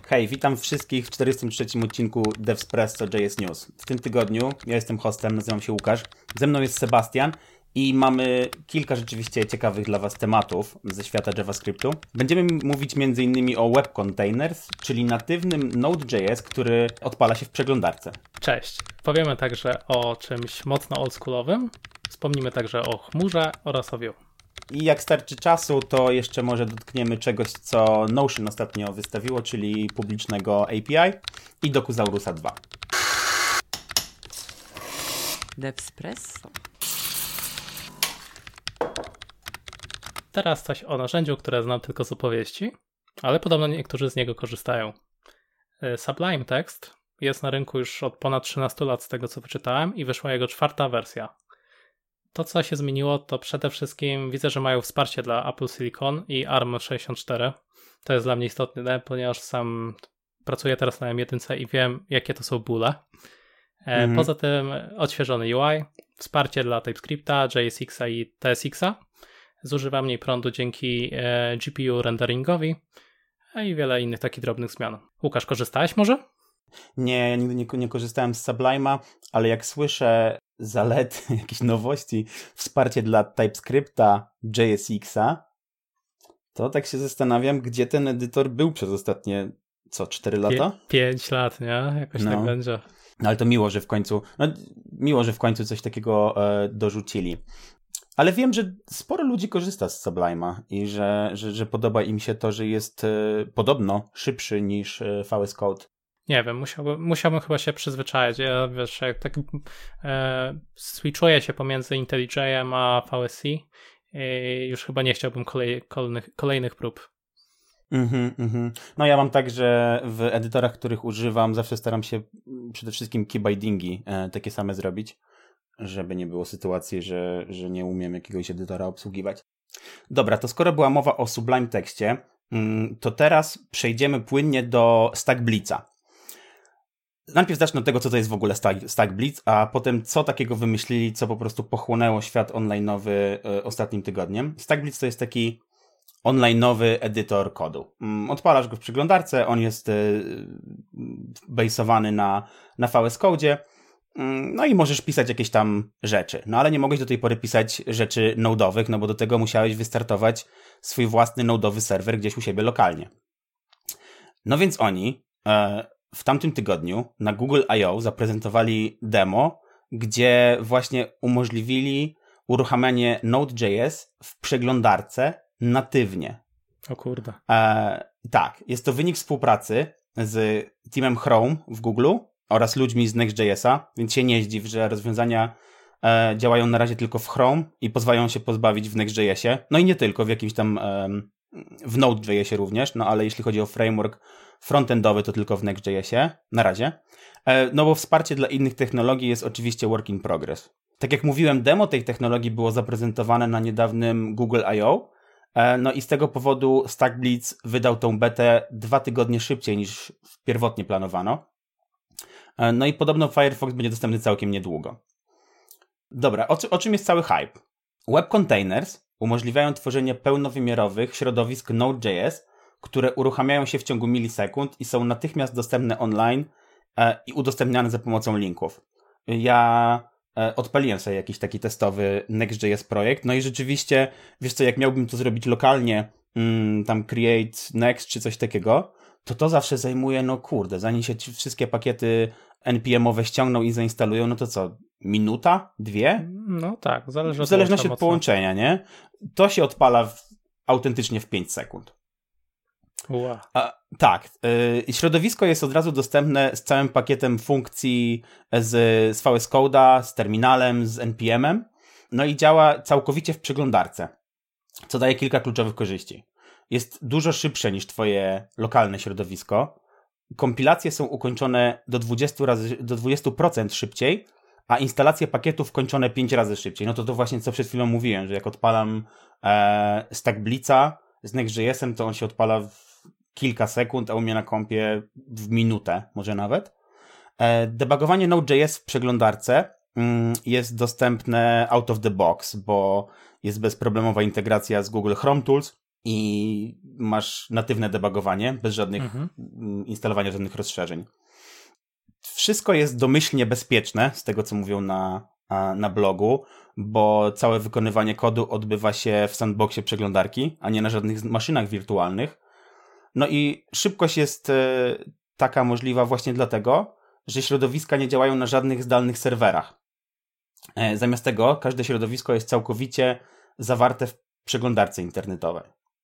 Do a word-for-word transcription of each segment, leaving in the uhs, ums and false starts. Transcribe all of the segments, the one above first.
Hej, witam wszystkich w czterdziestym trzecim odcinku Devspresso J S News. W tym tygodniu ja jestem hostem, nazywam się Łukasz, ze mną jest Sebastian i mamy kilka rzeczywiście ciekawych dla Was tematów ze świata JavaScriptu. Będziemy mówić między innymi o Web Containers, czyli natywnym Node.js, który odpala się w przeglądarce. Cześć. Powiemy także o czymś mocno oldschoolowym. Wspomnimy także o chmurze oraz o Vue. I jak starczy czasu, to jeszcze może dotkniemy czegoś, co Notion ostatnio wystawiło, czyli publicznego A P I i Docusaurusa dwa. Devspresso. Teraz coś o narzędziu, które znam tylko z opowieści, ale podobno niektórzy z niego korzystają. Sublime Text jest na rynku już od ponad trzynastu lat z tego, co wyczytałem, i wyszła jego czwarta wersja. To, co się zmieniło, to przede wszystkim widzę, że mają wsparcie dla Apple Silicon i A R M sześćdziesiąt cztery. To jest dla mnie istotne, ponieważ sam pracuję teraz na M jeden i wiem, jakie to są bóle. Mhm. Poza tym odświeżony U I, wsparcie dla TypeScripta, J S X-a i T S X-a. Zużywa mniej prądu dzięki G P U renderingowi i wiele innych takich drobnych zmian. Łukasz, korzystałeś może? Nie, ja nigdy nie, nie korzystałem z Sublime'a, ale jak słyszę zalety, jakieś nowości, wsparcie dla TypeScripta, J S X-a, to tak się zastanawiam, gdzie ten edytor był przez ostatnie, co, cztery lata? Pię- pięć lat, nie? Jakoś no. tak będzie. Ale to miło, że w końcu, no, miło, że w końcu coś takiego e, dorzucili. Ale wiem, że sporo ludzi korzysta z Sublime'a i że, że, że podoba im się to, że jest e, podobno szybszy niż e, V S Code. Nie wiem, musiałbym, musiałbym chyba się przyzwyczaić. Ja wiesz, jak tak e, switchuję się pomiędzy IntelliJ'em a V S C i już chyba nie chciałbym kolej, kolejnych, kolejnych prób. Mhm, mhm. No ja mam tak, że w edytorach, których używam, zawsze staram się przede wszystkim keybindingi e, takie same zrobić, żeby nie było sytuacji, że, że nie umiem jakiegoś edytora obsługiwać. Dobra, to skoro była mowa o Sublime Texcie, to teraz przejdziemy płynnie do StackBlitza. Najpierw zacznę od tego, co to jest w ogóle StackBlitz, a potem co takiego wymyślili, co po prostu pochłonęło świat online'owy ostatnim tygodniem. StackBlitz to jest taki online'owy edytor kodu. Odpalasz go w przeglądarce, on jest base'owany na, na V S Code'zie, no i możesz pisać jakieś tam rzeczy. No ale nie mogłeś do tej pory pisać rzeczy node'owych, no bo do tego musiałeś wystartować swój własny node'owy serwer gdzieś u siebie lokalnie. No więc oni e, w tamtym tygodniu na Google I O zaprezentowali demo, gdzie właśnie umożliwili uruchamianie Node.js w przeglądarce natywnie. O kurde. E, tak, jest to wynik współpracy z teamem Chrome w Google oraz ludźmi z Next.jsa, więc się nie zdziw, że rozwiązania e, działają na razie tylko w Chrome i pozwalają się pozbawić w Next.jsie. No i nie tylko, w jakimś tam e, w Node.jsie również, no ale jeśli chodzi o framework frontendowy, to tylko w Next.jsie, na razie. E, no bo wsparcie dla innych technologii jest oczywiście work in progress. Tak jak mówiłem, demo tej technologii było zaprezentowane na niedawnym Google I O, e, no i z tego powodu StackBlitz wydał tą betę dwa tygodnie szybciej niż pierwotnie planowano. No i podobno Firefox będzie dostępny całkiem niedługo. Dobra, o, czy, o czym jest cały hype? Web Containers umożliwiają tworzenie pełnowymiarowych środowisk Node.js, które uruchamiają się w ciągu milisekund i są natychmiast dostępne online e, i udostępniane za pomocą linków. Ja e, odpaliłem sobie jakiś taki testowy Next.js projekt, no i rzeczywiście, wiesz co, jak miałbym to zrobić lokalnie, mm, tam create next czy coś takiego, to to zawsze zajmuje, no kurde, zanim się ci wszystkie pakiety N P M-owe ściągną i zainstalują, no to co, minuta? Dwie? No tak, zależy od w zależności od połączenia, nie? To się odpala w, autentycznie w pięć sekund. Wow. A, tak. Yy, środowisko jest od razu dostępne z całym pakietem funkcji z, z V S Code'a, z terminalem, z N P M-em, no i działa całkowicie w przeglądarce, co daje kilka kluczowych korzyści. Jest dużo szybsze niż twoje lokalne środowisko. Kompilacje są ukończone do dwudziestu razy, do dwudziestu procent szybciej, a instalacje pakietów kończone pięć razy szybciej. No to to właśnie co przed chwilą mówiłem, że jak odpalam e, StackBlitza z Next.jsem, to on się odpala w kilka sekund, a u mnie na kompie w minutę, może nawet. E, debugowanie Node.js w przeglądarce mm, jest dostępne out of the box, bo jest bezproblemowa integracja z Google Chrome Tools i masz natywne debugowanie, bez żadnych Mhm. instalowania żadnych rozszerzeń. Wszystko jest domyślnie bezpieczne, z tego co mówią na, na blogu, bo całe wykonywanie kodu odbywa się w sandboxie przeglądarki, a nie na żadnych maszynach wirtualnych. No i szybkość jest taka możliwa właśnie dlatego, że środowiska nie działają na żadnych zdalnych serwerach. Zamiast tego każde środowisko jest całkowicie zawarte w przeglądarce internetowej.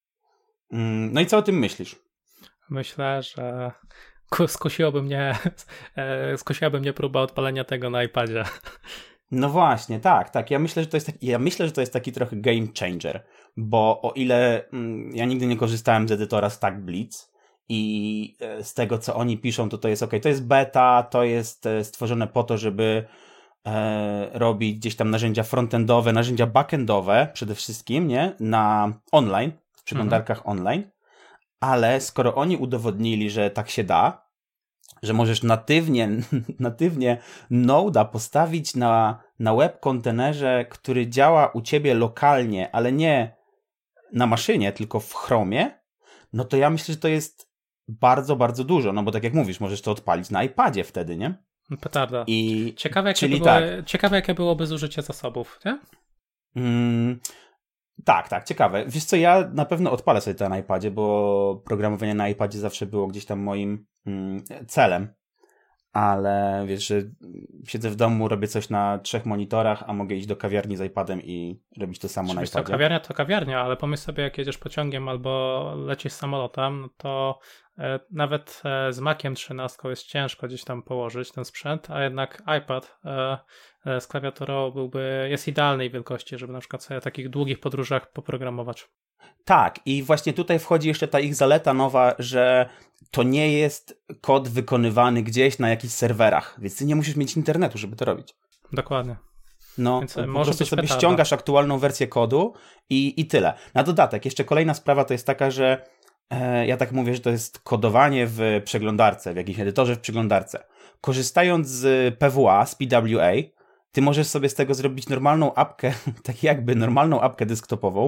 No i co o tym myślisz? Myślę, że skusiłoby mnie, skusiłaby mnie próba odpalenia tego na iPadzie. No właśnie, tak, tak. Ja myślę, że to jest taki, ja myślę, że to jest taki trochę game changer, bo o ile mm, ja nigdy nie korzystałem z edytora StackBlitz i z tego, co oni piszą, to to jest ok, to jest beta, to jest stworzone po to, żeby e, robić gdzieś tam narzędzia frontendowe, narzędzia backendowe przede wszystkim, nie? Na online, w przeglądarkach mhm. online, ale skoro oni udowodnili, że tak się da, że możesz natywnie, natywnie Node'a postawić na, na web kontenerze, który działa u ciebie lokalnie, ale nie na maszynie, tylko w Chromie, no to ja myślę, że to jest bardzo, bardzo dużo, no bo tak jak mówisz, możesz to odpalić na iPadzie wtedy, nie? Petarda. I, ciekawe, jakie czyli były, tak. ciekawe, jakie byłoby zużycie zasobów, nie? Mm, tak, tak, ciekawe. Wiesz co, ja na pewno odpalę sobie to na iPadzie, bo programowanie na iPadzie zawsze było gdzieś tam moim mm, celem, ale wiesz, że siedzę w domu, robię coś na trzech monitorach, a mogę iść do kawiarni z iPadem i robić to samo Oczywiście na iPadzie. To kawiarnia to kawiarnia, ale pomyśl sobie, jak jedziesz pociągiem albo lecisz samolotem, no to e, nawet e, z Maciem trzynastką jest ciężko gdzieś tam położyć ten sprzęt, a jednak iPad e, e, z klawiaturą byłby, jest idealnej wielkości, żeby na przykład sobie w takich długich podróżach poprogramować. Tak, i właśnie tutaj wchodzi jeszcze ta ich zaleta nowa, że to nie jest kod wykonywany gdzieś na jakichś serwerach, więc ty nie musisz mieć internetu, żeby to robić. Dokładnie. No, więc po może prostu sobie petarda. ściągasz aktualną wersję kodu i, i tyle. Na dodatek, jeszcze kolejna sprawa to jest taka, że e, ja tak mówię, że to jest kodowanie w przeglądarce, w jakimś edytorze w przeglądarce. Korzystając z P W A, z P W A, ty możesz sobie z tego zrobić normalną apkę, tak jakby normalną apkę desktopową,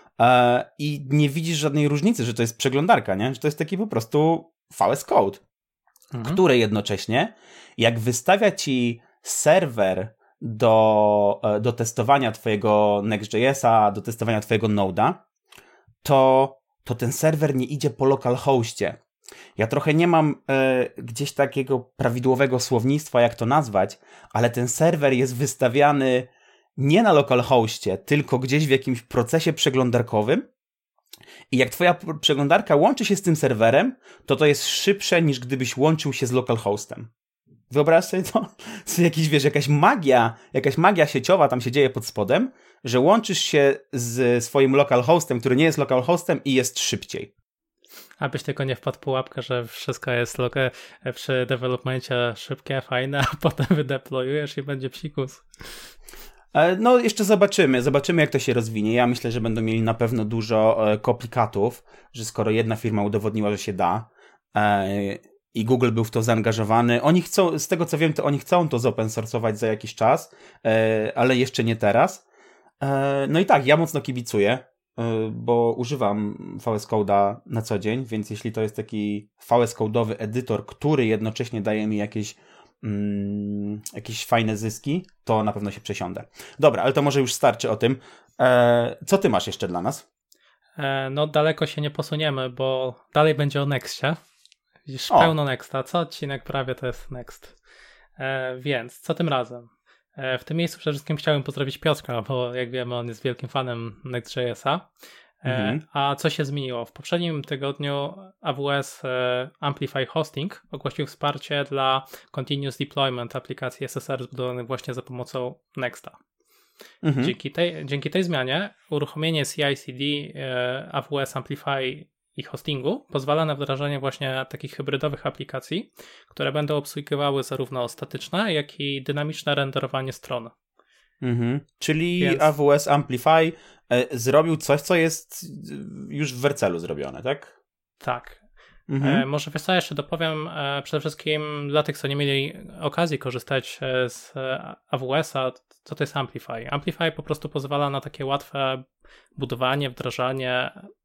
i nie widzisz żadnej różnicy, że to jest przeglądarka, nie? Że to jest taki po prostu V S Code, mhm. który jednocześnie, jak wystawia ci serwer do, do testowania twojego Next.jsa, do testowania twojego Node'a, to, to ten serwer nie idzie po localhostie. Ja trochę nie mam e, gdzieś takiego prawidłowego słownictwa, jak to nazwać, ale ten serwer jest wystawiany nie na localhostie, tylko gdzieś w jakimś procesie przeglądarkowym i jak twoja przeglądarka łączy się z tym serwerem, to to jest szybsze niż gdybyś łączył się z localhostem. Wyobraź sobie to? To jakiś, wiesz, jakaś magia, jakaś magia sieciowa tam się dzieje pod spodem, że łączysz się z swoim localhostem, który nie jest localhostem i jest szybciej. Abyś tylko nie wpadł w pułapkę, że wszystko jest loka- przy developmencie szybkie, fajne, a potem wydeployujesz i będzie psikus. No jeszcze zobaczymy, zobaczymy jak to się rozwinie. Ja myślę, że będą mieli na pewno dużo komplikatów, że skoro jedna firma udowodniła, że się da i Google był w to zaangażowany, oni chcą, z tego co wiem, to oni chcą to zopen source'ować za jakiś czas, ale jeszcze nie teraz. No i tak, ja mocno kibicuję, bo używam V S Code'a na co dzień, więc jeśli to jest taki V S Code'owy edytor, który jednocześnie daje mi jakieś Mm, jakieś fajne zyski, to na pewno się przesiądę. Dobra, ale to może już starczy o tym. E, co ty masz jeszcze dla nas? E, no daleko się nie posuniemy, bo dalej będzie o Nexcie. Widzisz, o. pełno Nexta. Co odcinek prawie to jest Next. E, więc, co tym razem? E, w tym miejscu przede wszystkim chciałem pozdrowić Piotrka, bo jak wiemy on jest wielkim fanem Next.jsa. Mhm. A co się zmieniło? W poprzednim tygodniu A W S Amplify Hosting ogłosił wsparcie dla Continuous Deployment aplikacji S S R zbudowanych właśnie za pomocą Nexta. Mhm. Dzięki, tej, dzięki tej zmianie uruchomienie C I C D A W S Amplify i hostingu pozwala na wdrażanie właśnie takich hybrydowych aplikacji, które będą obsługiwały zarówno statyczne, jak i dynamiczne renderowanie stron. Mhm. Czyli Więc... A W S Amplify e, zrobił coś, co jest już w Vercelu zrobione, tak? Tak. Mhm. E, może wiesz co, jeszcze dopowiem e, przede wszystkim dla tych, co nie mieli okazji korzystać e, z e, A W S-a, co to jest Amplify. Amplify po prostu pozwala na takie łatwe budowanie, wdrażanie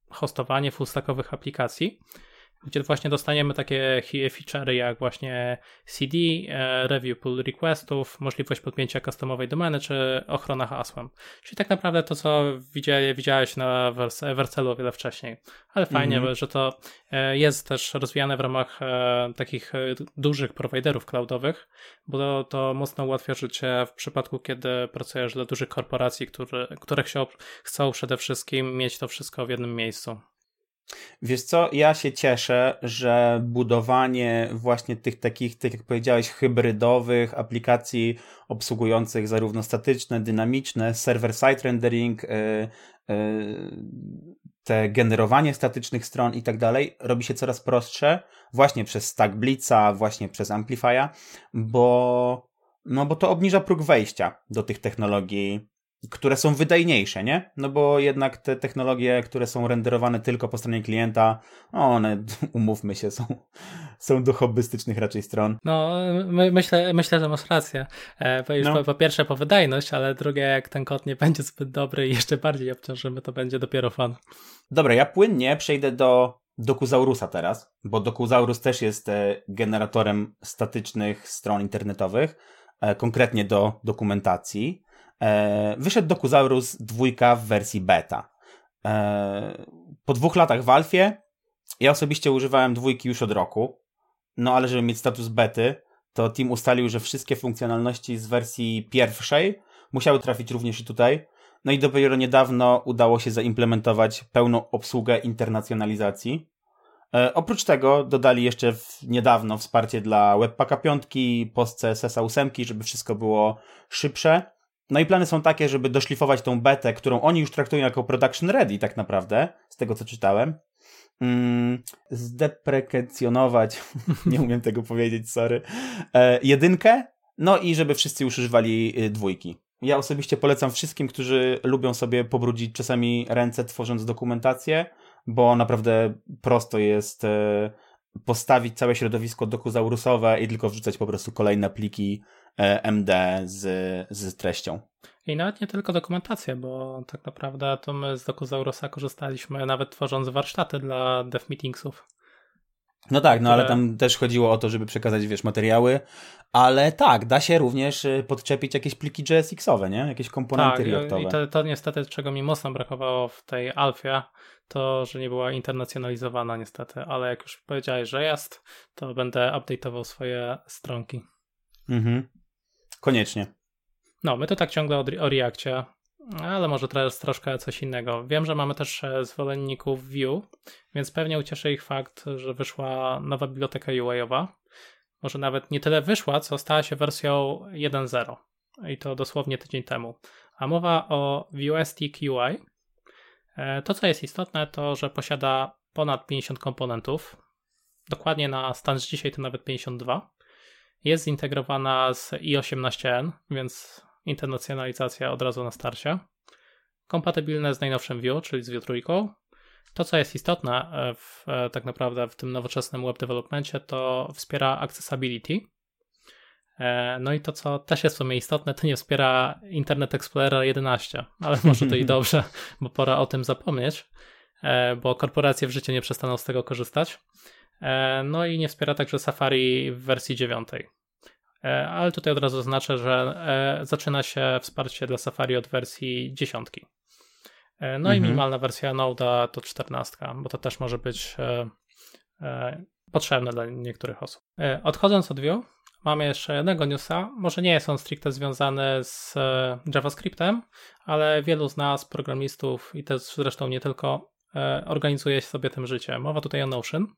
hostowanie fullstackowych aplikacji, gdzie właśnie dostaniemy takie feature'y jak właśnie C D, review pull requestów, możliwość podpięcia customowej domeny czy ochrona hasłem. Czyli tak naprawdę to, co widziałeś na Vercelu o wiele wcześniej. Ale fajnie, mm-hmm. że to jest też rozwijane w ramach takich dużych prowajderów cloudowych, bo to, to mocno ułatwia życie w przypadku, kiedy pracujesz dla dużych korporacji, które, które chcą, chcą przede wszystkim mieć to wszystko w jednym miejscu. Wiesz co, ja się cieszę, że budowanie właśnie tych takich, tak jak powiedziałeś, hybrydowych aplikacji obsługujących zarówno statyczne, dynamiczne, server-side rendering, yy, yy, te generowanie statycznych stron i tak dalej, robi się coraz prostsze właśnie przez Stack Blitza, właśnie przez Amplify'a, bo, no bo to obniża próg wejścia do tych technologii, które są wydajniejsze, nie? No bo jednak te technologie, które są renderowane tylko po stronie klienta, one, umówmy się, są, są do hobbystycznych raczej stron. No, my, myślę, myślę, że masz rację. Bo już no. po, po pierwsze po wydajność, ale drugie, jak ten kod nie będzie zbyt dobry i jeszcze bardziej obciążymy, to będzie dopiero fan. Dobra, ja płynnie przejdę do Dokuzaurusa teraz, bo Dokuzaurus też jest generatorem statycznych stron internetowych, konkretnie do dokumentacji. Wyszedł Dokuzaurus dwa w wersji beta. Po dwóch latach w alfie ja osobiście używałem dwójki już od roku, no ale żeby mieć status bety, to team ustalił, że wszystkie funkcjonalności z wersji pierwszej musiały trafić również i tutaj. No i dopiero niedawno udało się zaimplementować pełną obsługę internacjonalizacji. Oprócz tego dodali jeszcze w, niedawno wsparcie dla Webpacka pięć, post C S S a osiem, żeby wszystko było szybsze. No i plany są takie, żeby doszlifować tą betę, którą oni już traktują jako production ready tak naprawdę, z tego co czytałem. Mm, zdeprecjonować, nie umiem tego powiedzieć, sorry, e, jedynkę, no i żeby wszyscy już używali y, dwójki. Ja osobiście polecam wszystkim, którzy lubią sobie pobrudzić czasami ręce tworząc dokumentację, bo naprawdę prosto jest e, postawić całe środowisko dokuzaurusowe i tylko wrzucać po prostu kolejne pliki M D z, z treścią. I nawet nie tylko dokumentację, bo tak naprawdę to my z Dokuzaurusa korzystaliśmy nawet tworząc warsztaty dla dev meetingsów. No tak, no które... ale tam też chodziło o to, żeby przekazać, wiesz, materiały, ale tak, da się również podczepić jakieś pliki J S X-owe, nie? Jakieś komponenty tak, Reactowe. I to, to niestety, czego mi mocno brakowało w tej alfie, to, że nie była internacjonalizowana niestety, ale jak już powiedziałeś, że jest, to będę update'ował swoje stronki. Mhm. Koniecznie. No, my to tak ciągle o, o Reactie, ale może teraz troszkę coś innego. Wiem, że mamy też zwolenników Vue, więc pewnie ucieszy ich fakt, że wyszła nowa biblioteka U I-owa. Może nawet nie tyle wyszła, co stała się wersją jeden zero. I to dosłownie tydzień temu. A mowa o Vue Stick U I. To, co jest istotne, to, że posiada ponad pięćdziesiąt komponentów. Dokładnie na stan z dzisiaj to nawet pięćdziesiąt dwa. Jest zintegrowana z i osiemnaście N, więc internacjonalizacja od razu na starcie. Kompatybilne z najnowszym Vue, czyli z Vue trzy. To, co jest istotne w, tak naprawdę w tym nowoczesnym web developmencie, to wspiera accessibility. No i to, co też jest w sumie istotne, to nie wspiera Internet Explorer jedenaście, ale może to i dobrze, bo pora o tym zapomnieć, bo korporacje w życiu nie przestaną z tego korzystać. No i nie wspiera także Safari w wersji dziewiątej. Ale tutaj od razu zaznaczę, że zaczyna się wsparcie dla Safari od wersji dziesiątki. No mhm. i minimalna wersja Node'a to czternastka, bo to też może być potrzebne dla niektórych osób. Odchodząc od Vue, mamy jeszcze jednego newsa. Może nie jest on stricte związany z JavaScriptem, ale wielu z nas, programistów i też zresztą nie tylko, organizuje sobie tym życie. Mowa tutaj o Notion.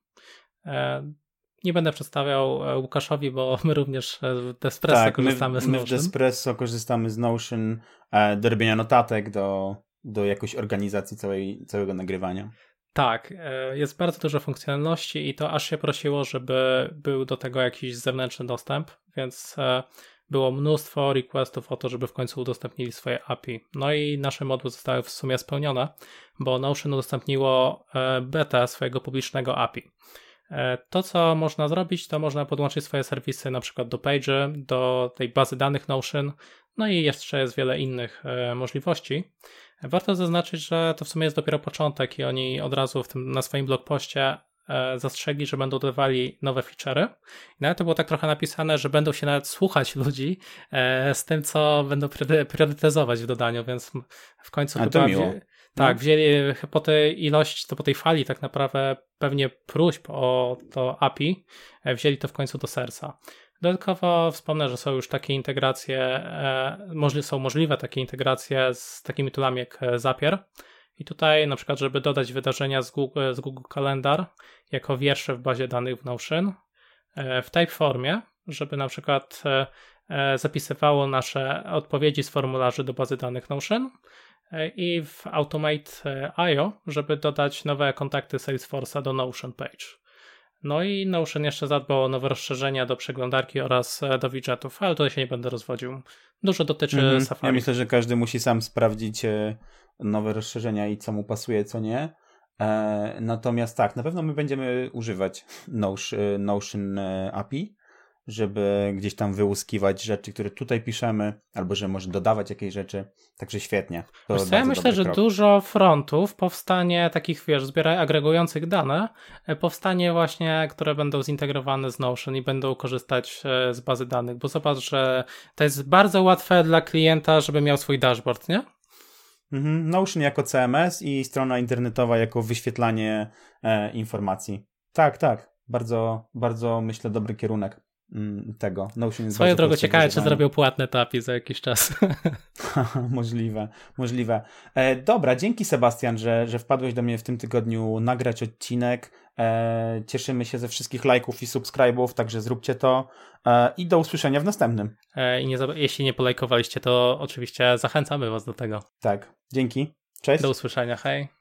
Nie będę przedstawiał Łukaszowi, bo my również w Despresso tak, korzystamy my, z Notion. My w Despresso korzystamy z Notion do robienia notatek, do, do jakiejś organizacji całej, całego nagrywania. Tak, jest bardzo dużo funkcjonalności i to aż się prosiło, żeby był do tego jakiś zewnętrzny dostęp, więc było mnóstwo requestów o to, żeby w końcu udostępnili swoje A P I. No i nasze moduły zostały w sumie spełnione, bo Notion udostępniło betę swojego publicznego A P I. To, co można zrobić, to można podłączyć swoje serwisy na przykład do Page, do tej bazy danych Notion, no i jeszcze jest wiele innych możliwości. Warto zaznaczyć, że to w sumie jest dopiero początek i oni od razu w tym, na swoim blogpoście zastrzegli, że będą dodawali nowe feature'y. I nawet to było tak trochę napisane, że będą się nawet słuchać ludzi z tym, co będą priorytetyzować w dodaniu, więc w końcu A chyba... to miło. Tak, no. wzięli po tej ilości, to po tej fali tak naprawdę pewnie próśb o to A P I, wzięli to w końcu do serca. Dodatkowo wspomnę, że są już takie integracje, e, są możliwe takie integracje z takimi toolami jak Zapier. I tutaj na przykład, żeby dodać wydarzenia z Google, z Google Calendar jako wiersze w bazie danych w Notion e, w Typeformie, żeby na przykład e, zapisywało nasze odpowiedzi z formularzy do bazy danych Notion, i w Automate kropka i o, żeby dodać nowe kontakty Salesforce'a do Notion Page. No i Notion jeszcze zadbał o nowe rozszerzenia do przeglądarki oraz do widgetów, ale tutaj się nie będę rozwodził. Dużo dotyczy mm-hmm. Safari. Ja myślę, że każdy musi sam sprawdzić nowe rozszerzenia i co mu pasuje, co nie. E, natomiast tak, na pewno my będziemy używać Notion, Notion A P I, żeby gdzieś tam wyłuskiwać rzeczy, które tutaj piszemy, albo że może dodawać jakieś rzeczy. Także świetnie. To wiesz co, ja myślę, że krok. Dużo frontów powstanie takich, wiesz, zbieraj agregujących dane, powstanie właśnie, które będą zintegrowane z Notion i będą korzystać z bazy danych, bo zobacz, że to jest bardzo łatwe dla klienta, żeby miał swój dashboard, nie? Mhm. Notion jako C M S i strona internetowa jako wyświetlanie e, informacji. Tak, tak. Bardzo, bardzo myślę dobry kierunek tego. Notion jest Swoją drogą ciekawe, czy zrobią płatne T A P I za jakiś czas. możliwe, możliwe. E, dobra, dzięki Sebastian, że, że wpadłeś do mnie w tym tygodniu nagrać odcinek. E, cieszymy się ze wszystkich lajków i subskrybów, także zróbcie to e, i do usłyszenia w następnym. E, i nie, jeśli nie polajkowaliście, to oczywiście zachęcamy was do tego. Tak, dzięki. Cześć. Do usłyszenia, hej.